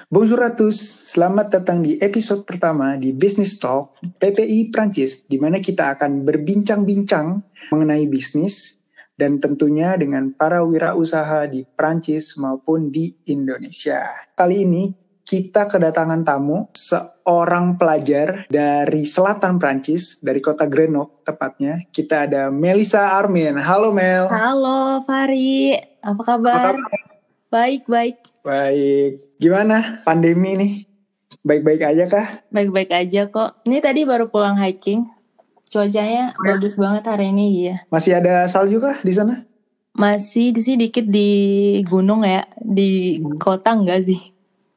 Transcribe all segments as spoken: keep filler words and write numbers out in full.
Bonjour à tous, selamat datang di episode pertama di Business Talk P P I Prancis, di mana kita akan berbincang-bincang mengenai bisnis dan tentunya dengan para wirausaha di Prancis maupun di Indonesia. Kali ini kita kedatangan tamu, seorang pelajar dari selatan Prancis, dari kota Grenoble tepatnya. Kita ada Melissa Armin. Halo Mel. Halo Fari, apa kabar? Apa kabar? Baik, baik. Baik. Gimana pandemi nih? Baik-baik aja kah? Baik-baik aja kok. Ini tadi baru pulang hiking. Cuacanya Oh, ya? bagus banget hari ini, iya. Masih ada salju kah di sana? Masih di sini dikit di gunung ya, di Hmm. kota enggak sih?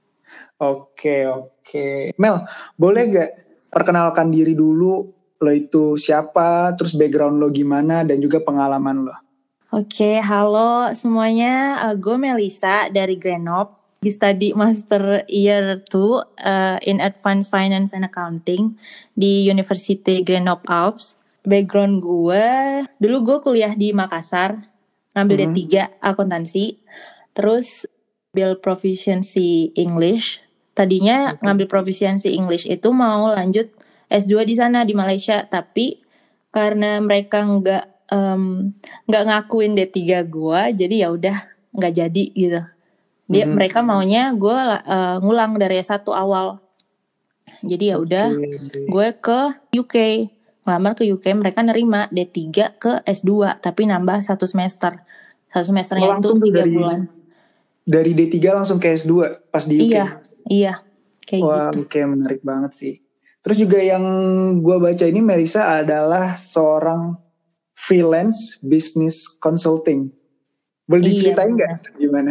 Oke, oke. Mel, boleh gak perkenalkan diri dulu, lo itu siapa, terus background lo gimana, dan juga pengalaman lo? Oke, halo semuanya. Uh, gue Melissa dari Grenoble. Di study master year two uh, in Advanced Finance and Accounting di University Grenoble Alps. Background gue, dulu gue kuliah di Makassar, ngambil Mhm. D tiga akuntansi. Terus ambil proficiency English. Tadinya Oke. ngambil proficiency English itu mau lanjut S dua di sana di Malaysia, tapi karena mereka nggak um, nggak ngakuin D tiga gue, jadi ya udah nggak jadi gitu. Dia Mhm. mereka maunya gue uh, ngulang dari S satu awal. Jadi ya udah Oke. gue ke U K, ngelamar ke U K, mereka nerima D tiga ke S dua tapi nambah satu semester. Satu Oh, semesternya itu langsung tuh tiga dari bulan. dari D tiga langsung ke S dua pas di U K. Iya, iya, kayak Wah, gitu. oke, menarik banget sih. Terus juga yang gue baca ini Melissa adalah seorang freelance business consulting. Boleh Iya, diceritain benar. nggak gimana?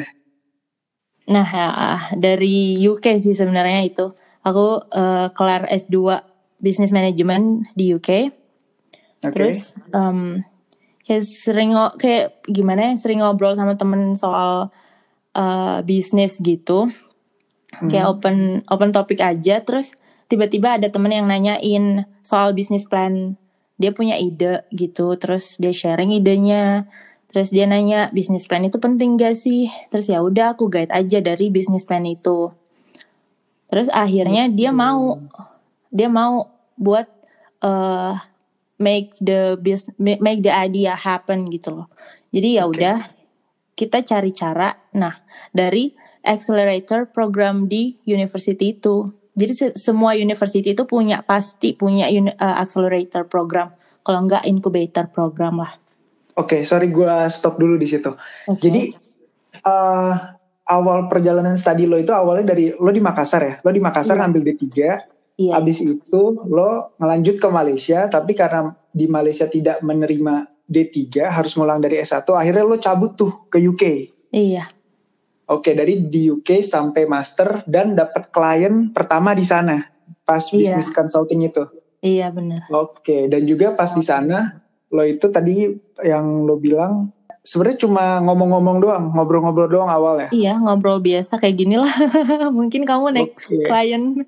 Nah, ah, dari U K sih sebenarnya itu. Aku uh, kelar S dua Business Management di U K. Oke. Terus um, kayak sering ngo- kayak gimana ya, sering ngobrol sama temen soal uh, bisnis gitu. Kayak Mhm. open open topik aja. Terus tiba-tiba ada temen yang nanyain soal bisnis plan. Dia punya ide gitu. Terus dia sharing idenya. Terus dia nanya, bisnis plan itu penting gak sih? Terus ya udah aku guide aja dari bisnis plan itu. Terus akhirnya dia mau dia mau buat uh, make the bis, make the idea happen gitu loh. Jadi ya Oke. udah kita cari cara. Nah, dari accelerator program di university itu. Jadi se- semua university itu punya pasti punya uni, uh, accelerator program. Kalau enggak incubator program lah. Oke, sorry gue stop dulu di situ. Oke. Jadi uh, awal perjalanan studi lo itu awalnya dari lo di Makassar ya. Lo di Makassar Iya. ngambil D tiga. Iya. Habis itu lo ngelanjut ke Malaysia, tapi karena di Malaysia tidak menerima D tiga, harus ngulang dari S satu, akhirnya lo cabut tuh ke U K. Iya. Oke, dari di U K sampai master dan dapat klien pertama di sana pas Iya. business consulting itu. Iya, benar. Oke, dan juga pas di sana lo itu tadi yang lo bilang sebenarnya cuma ngomong-ngomong doang, ngobrol-ngobrol doang awal ya. Iya, ngobrol biasa kayak gini lah. Mungkin kamu next Oke. client.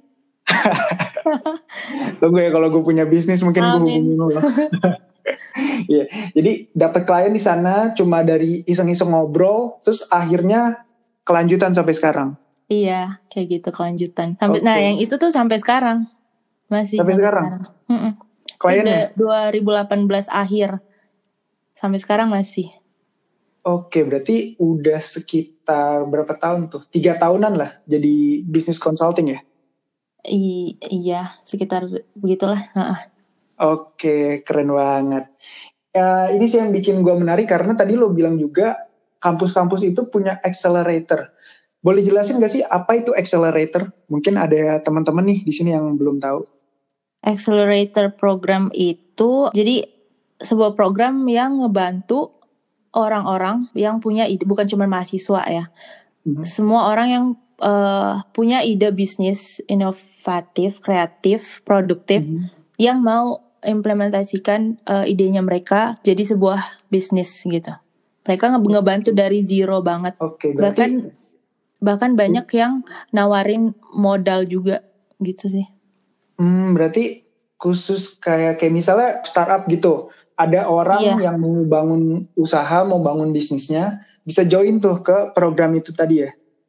Tunggu ya, kalau gue punya bisnis mungkin gue hubungin lo. Iya, jadi dapat klien di sana cuma dari iseng-iseng ngobrol, terus akhirnya kelanjutan sampai sekarang. Iya, kayak gitu kelanjutan. Sampai, Oke. Nah, yang itu tuh sampai sekarang masih Sampai sampai sekarang? sekarang. Mm-mm. Itu Kliennya? udah dua ribu delapan belas akhir sampai sekarang masih. Oke, berarti udah sekitar berapa tahun tuh? Tiga tahunan lah jadi business consulting ya? I- iya, sekitar begitulah. Heeh. Oke, keren banget. Ya, ini sih yang bikin gue menarik karena tadi lo bilang juga kampus-kampus itu punya accelerator. Boleh jelasin gak sih apa itu accelerator? Mungkin ada teman-teman nih di sini yang belum tahu. Accelerator program itu jadi sebuah program yang ngebantu orang-orang yang punya ide, bukan cuma mahasiswa ya. Mhm. Semua orang yang uh, punya ide bisnis inovatif, kreatif, produktif, Mhm. yang mau implementasikan uh, idenya mereka jadi sebuah bisnis gitu. Mereka nge- ngebantu dari zero banget. Oke, berarti Bahkan bahkan banyak yang nawarin modal juga gitu sih. hmm, berarti khusus kayak kayak misalnya startup gitu. Ada orang Iya. yang mau bangun usaha, mau bangun bisnisnya, bisa join tuh ke program itu tadi ya?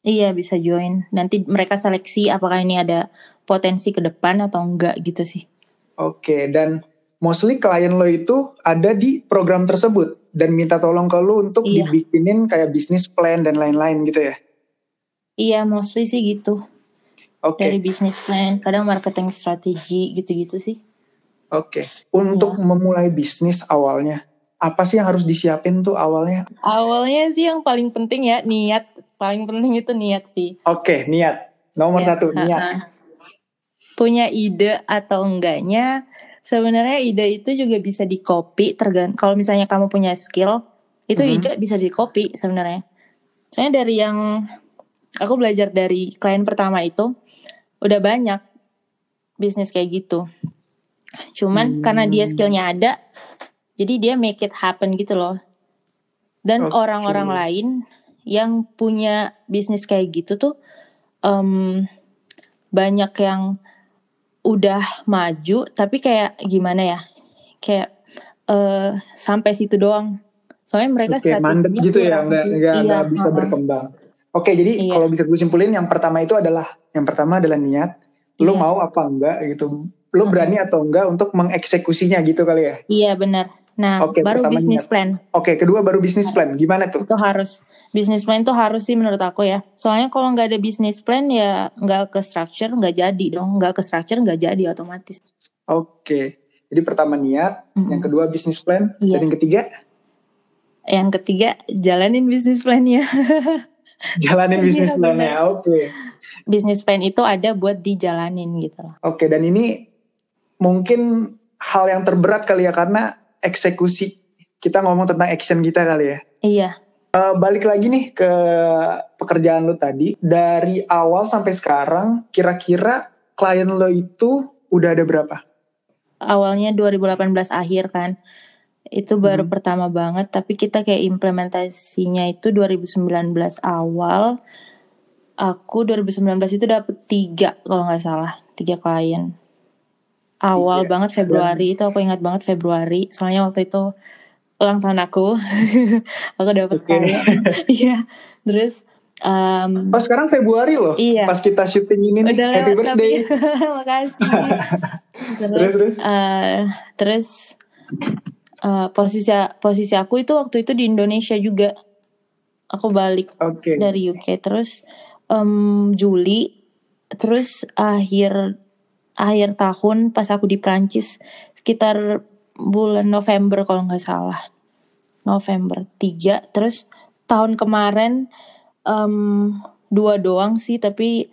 Iya bisa join. Nanti mereka seleksi apakah ini ada potensi ke depan atau enggak gitu sih. Oke, dan mostly klien lo itu ada di program tersebut dan minta tolong ke lo untuk Iya. dibikinin kayak bisnis plan dan lain-lain gitu ya? Iya mostly sih gitu. Oke. Dari bisnis plan, kadang marketing strategi gitu-gitu sih. Oke, untuk Iya. memulai bisnis awalnya, apa sih yang harus disiapin tuh awalnya? Awalnya sih yang paling penting ya niat. Paling penting itu niat sih. Oke, niat. Nomor Ya, satu, niat. ha-ha. Punya ide atau enggaknya, sebenarnya ide itu juga bisa di copy tergantung. Kalau misalnya kamu punya skill, itu Mhm. ide bisa di copy sebenarnya. Soalnya dari yang aku belajar dari klien pertama itu, udah banyak bisnis kayak gitu. Cuman Hmm. karena dia skillnya ada, jadi dia make it happen gitu loh. Dan Oke. orang-orang lain yang punya bisnis kayak gitu tuh um, banyak yang udah maju, tapi kayak gimana ya, kayak uh, sampai situ doang. Soalnya mereka Oke, mandek strateginya gitu ya, kurang nggak sih. nggak Iya, nggak bisa uh-uh. berkembang. Oke, jadi Iya. kalau bisa gue simpulin, yang pertama itu adalah yang pertama adalah niat. Lo Iya. mau apa enggak gitu? Lo berani atau enggak untuk mengeksekusinya gitu kali ya? Iya benar. Nah, Oke, baru pertama bisnis niat. plan. Oke, kedua baru bisnis plan. Gimana tuh? Itu harus. Bisnis plan itu harus sih menurut aku ya. Soalnya kalau nggak ada bisnis plan ya nggak ke structure, nggak jadi dong. Nggak ke structure nggak jadi otomatis. Oke, jadi pertama niat, Mm-mm. yang kedua bisnis plan, Iya. dan yang ketiga? Yang ketiga jalanin bisnis plannya. Jalanin bisnis Iya, plan-nya, bener. oke. Bisnis plan itu ada buat dijalanin gitu loh. Oke, dan ini mungkin hal yang terberat kali ya, karena eksekusi. Kita ngomong tentang action kita kali ya. Iya. Uh, balik lagi nih ke pekerjaan lo tadi. Dari awal sampai sekarang, kira-kira klien lo itu udah ada berapa? Awalnya dua ribu delapan belas akhir kan. Itu baru Hmm. pertama banget. Tapi kita kayak implementasinya itu dua ribu sembilan belas awal. Aku dua ribu sembilan belas itu dapet tiga kalau gak salah. Tiga klien. Awal Tiga. banget Februari. Dan itu aku ingat banget Februari. Soalnya waktu itu ulang tahun aku. Aku dapet Oke. klien. Iya. Terus um, Oh sekarang Februari loh. Iya. Pas kita syuting ini nih. Udah Happy lewat birthday. tapi makasih. Terus terus terus. Uh, terus uh, posisi posisi aku itu waktu itu di Indonesia juga. Aku balik okay. dari U K. Terus um, Juli. Terus akhir akhir tahun pas aku di Prancis sekitar bulan November kalau nggak salah. November tiga. Terus tahun kemarin um, dua doang sih, tapi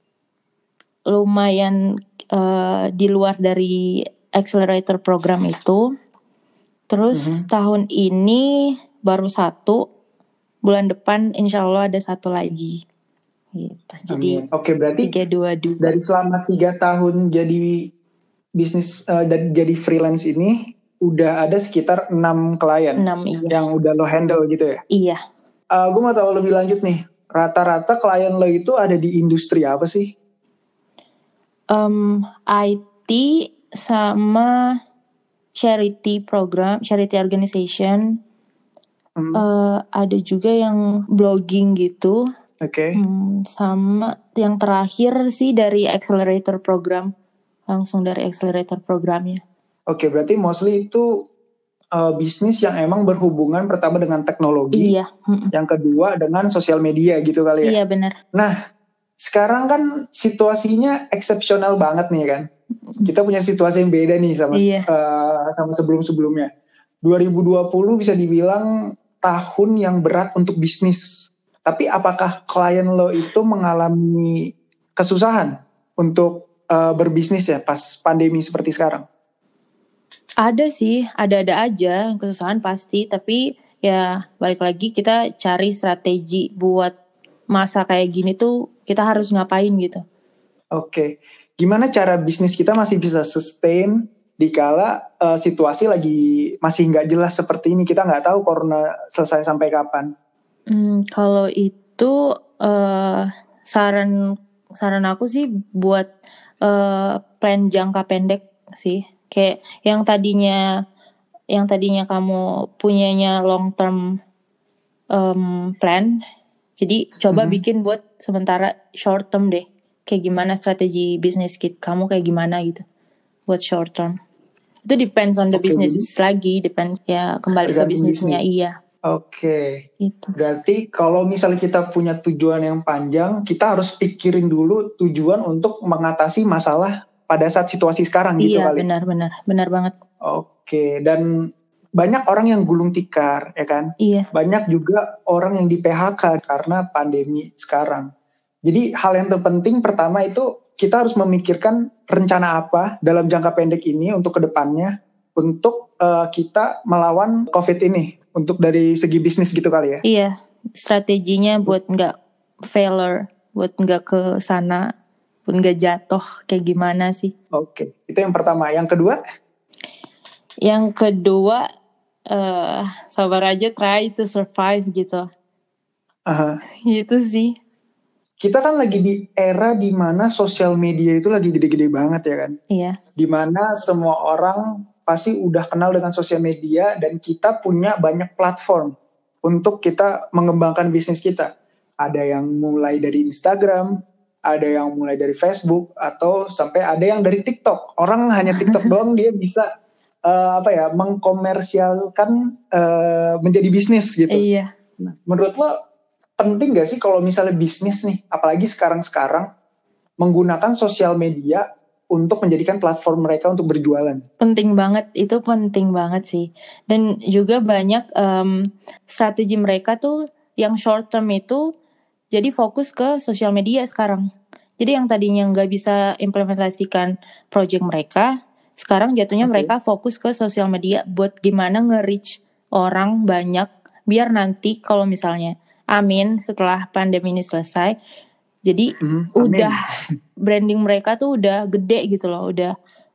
lumayan uh, di luar dari accelerator program itu. Terus mm-hmm. tahun ini baru satu. Bulan depan insya Allah ada satu lagi. Gitu. Jadi oke, berarti tiga dua dua. Dari selama tiga tahun jadi bisnis uh, jadi freelance ini udah ada sekitar enam klien enam, iya. yang udah lo handle gitu ya? Iya. Uh, gue mau tahu lebih lanjut nih, rata-rata klien lo itu ada di industri apa sih? Um, I T sama charity program, charity organization. Hmm. Uh, ada juga yang blogging gitu. Oke. Okay. Hmm, sama yang terakhir sih dari accelerator program, langsung dari accelerator programnya. Oke, okay, berarti mostly itu uh, bisnis yang emang berhubungan pertama dengan teknologi, iya. Hmm. yang kedua dengan sosial media gitu kali ya. Iya benar. Nah, sekarang kan situasinya eksepsional banget nih kan. Kita punya situasi yang beda nih sama iya. uh, sama sebelum-sebelumnya. dua ribu dua puluh bisa dibilang tahun yang berat untuk bisnis. Tapi apakah klien lo itu mengalami kesusahan untuk uh, berbisnis ya pas pandemi seperti sekarang? Ada sih, ada-ada aja kesusahan pasti. Tapi ya balik lagi kita cari strategi buat masa kayak gini tuh kita harus ngapain gitu. Oke, gimana cara bisnis kita masih bisa sustain dikala uh, situasi lagi masih nggak jelas seperti ini, kita nggak tahu corona selesai sampai kapan. Hmm, kalau itu uh, saran saran aku sih buat uh, plan jangka pendek sih, kayak yang tadinya yang tadinya kamu punyanya long term um, plan Jadi coba Mhm. bikin buat sementara short term deh. Kayak gimana strategi bisnis kit kamu kayak gimana gitu buat short term. Itu depends on the Oke, business jadi lagi, depends ya kembali ke tergantung bisnisnya. bisnis. Iya, Oke. gitu. Berarti kalau misalnya kita punya tujuan yang panjang, kita harus pikirin dulu tujuan untuk mengatasi masalah pada saat situasi sekarang gitu Iya, kali. benar-benar, benar banget. Oke, dan banyak orang yang gulung tikar, ya kan? Iya, Banyak juga orang yang di P H K karena pandemi sekarang. Jadi hal yang terpenting pertama itu kita harus memikirkan rencana apa dalam jangka pendek ini untuk kedepannya untuk uh, kita melawan COVID ini untuk dari segi bisnis gitu kali ya. iya. Strateginya buat nggak failure, buat nggak ke sana, buat nggak jatuh kayak gimana sih? Oke, itu yang pertama. Yang kedua? Yang kedua, uh, sabar aja, try to survive gitu. Uh, Gitu sih. Kita kan lagi di era dimana sosial media itu lagi gede-gede banget ya kan? Iya. Dimana semua orang pasti udah kenal dengan sosial media dan kita punya banyak platform untuk kita mengembangkan bisnis kita. Ada yang mulai dari Instagram, ada yang mulai dari Facebook, atau sampai ada yang dari TikTok. Orang hanya TikTok doang dia bisa uh, apa ya mengkomersialkan uh, menjadi bisnis gitu. Iya. Nah, menurut lo penting gak sih kalau misalnya bisnis nih, apalagi sekarang-sekarang menggunakan sosial media untuk menjadikan platform mereka untuk berjualan? Penting banget, itu penting banget sih. Dan juga banyak um, strategi mereka tuh yang short term itu jadi fokus ke sosial media sekarang. Jadi yang tadinya nggak bisa implementasikan project mereka, sekarang jatuhnya Okay. mereka fokus ke sosial media buat gimana nge-reach orang banyak, biar nanti kalau misalnya, amin, setelah pandemi ini selesai, jadi Mm-hmm. udah branding mereka tuh udah gede gitu loh, udah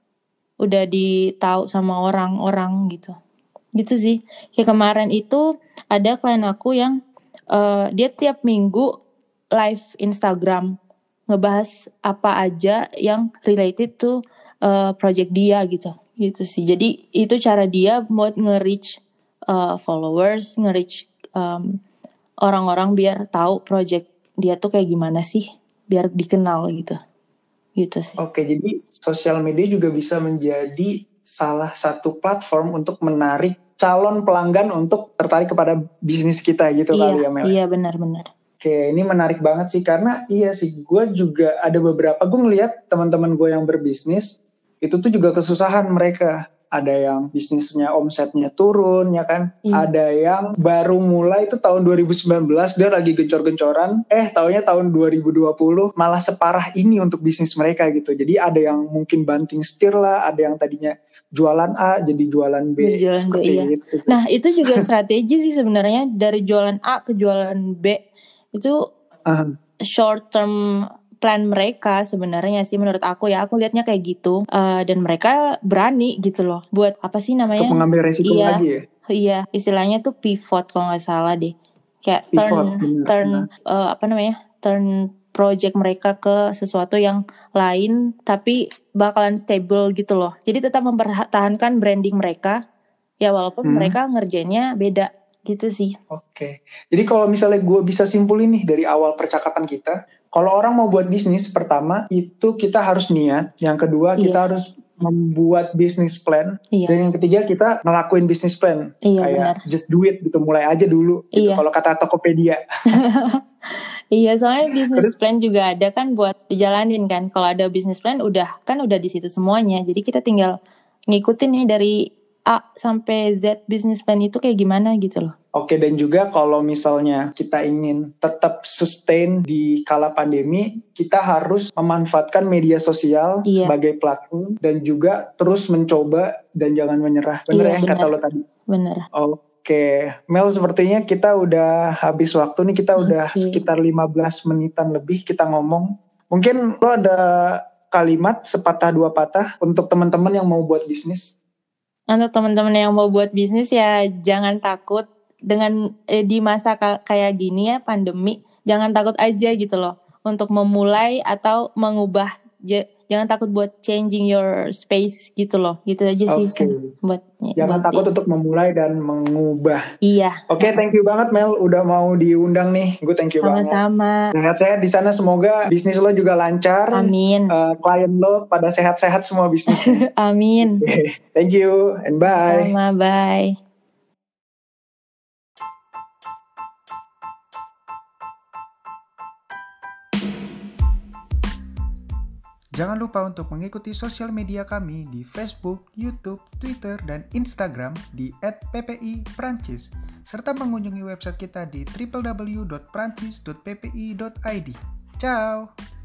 udah ditahu sama orang-orang gitu. Gitu sih. Kayak kemarin itu ada klien aku yang uh, dia tiap minggu live Instagram ngebahas apa aja yang related to uh, project dia gitu. Gitu sih. Jadi itu cara dia buat nge-reach uh, followers, nge-reach um, orang-orang biar tahu project dia tuh kayak gimana sih, biar dikenal gitu. Gitu sih. Oke, jadi sosial media juga bisa menjadi salah satu platform untuk menarik calon pelanggan untuk tertarik kepada bisnis kita gitu iya, kali ya Mel. Iya, benar-benar. Oke, ini menarik banget sih karena iya sih, gue juga ada beberapa, gue ngeliat teman-teman gue yang berbisnis itu tuh juga kesusahan mereka. Ada yang bisnisnya omsetnya turun ya kan, Iya. Ada yang baru mulai itu tahun dua ribu sembilan belas dia lagi gencor-gencoran, eh taunya tahun dua ribu dua puluh malah separah ini untuk bisnis mereka gitu. Jadi ada yang mungkin banting setir lah, ada yang tadinya jualan A jadi jualan B, Jualan seperti B, iya. itu sih. Nah itu juga strategi sih sebenarnya, dari jualan A ke jualan B itu uh. short term plan mereka sebenarnya sih menurut aku ya, aku lihatnya kayak gitu. Uh, dan mereka berani gitu loh buat apa sih namanya, untuk mengambil resiko iya, lagi ya. Iya, istilahnya tuh pivot kalau nggak salah deh, kayak Pivot, turn bener, turn bener. Uh, apa namanya turn project mereka ke sesuatu yang lain tapi bakalan stable gitu loh. Jadi tetap mempertahankan branding mereka ya walaupun hmm. mereka ngerjainnya beda gitu sih. Oke, jadi kalau misalnya gue bisa simpulin nih dari awal percakapan kita, kalau orang mau buat bisnis, pertama itu kita harus niat, yang kedua kita iya. harus membuat bisnis plan, iya. dan yang ketiga kita ngelakuin bisnis plan, iya, kayak benar. Just do it gitu, mulai aja dulu gitu. Iya. Kalau kata Tokopedia. Iya, soalnya bisnis plan juga ada kan buat dijalanin kan. Kalau ada bisnis plan udah kan udah di situ semuanya. Jadi kita tinggal ngikutin nih dari A sampai Z bisnis plan itu kayak gimana gitu loh. Oke, dan juga kalau misalnya kita ingin tetap sustain di kala pandemi, kita harus memanfaatkan media sosial iya. sebagai platform dan juga terus mencoba dan jangan menyerah. Bener iya, ya bener. Kata lo tadi? Bener. Oke, Mel, sepertinya kita udah habis waktu nih, kita udah okay. sekitar lima belas menitan lebih kita ngomong. Mungkin lo ada kalimat sepatah dua patah untuk teman-teman yang mau buat bisnis? Untuk teman-teman yang mau buat bisnis ya jangan takut dengan eh, di masa ka- kayak gini ya pandemi, jangan takut aja gitu loh untuk memulai atau mengubah j- jangan takut buat changing your space gitu loh. Gitu aja sih. Oke. Buat Jangan buat takut ini. untuk memulai dan mengubah. Iya. Oke, thank you banget Mel udah mau diundang nih. Gue thank you banget. Sama-sama. Sehat-sehat di sana, semoga bisnis lo juga lancar. Amin. Uh, klien lo pada sehat-sehat semua bisnisnya. Amin. Okay. Thank you and bye. Sama, bye. Jangan lupa untuk mengikuti sosial media kami di Facebook, YouTube, Twitter, dan Instagram di et p p i prancis, serta mengunjungi website kita di w w w dot prancis dot p p i dot i d. Ciao!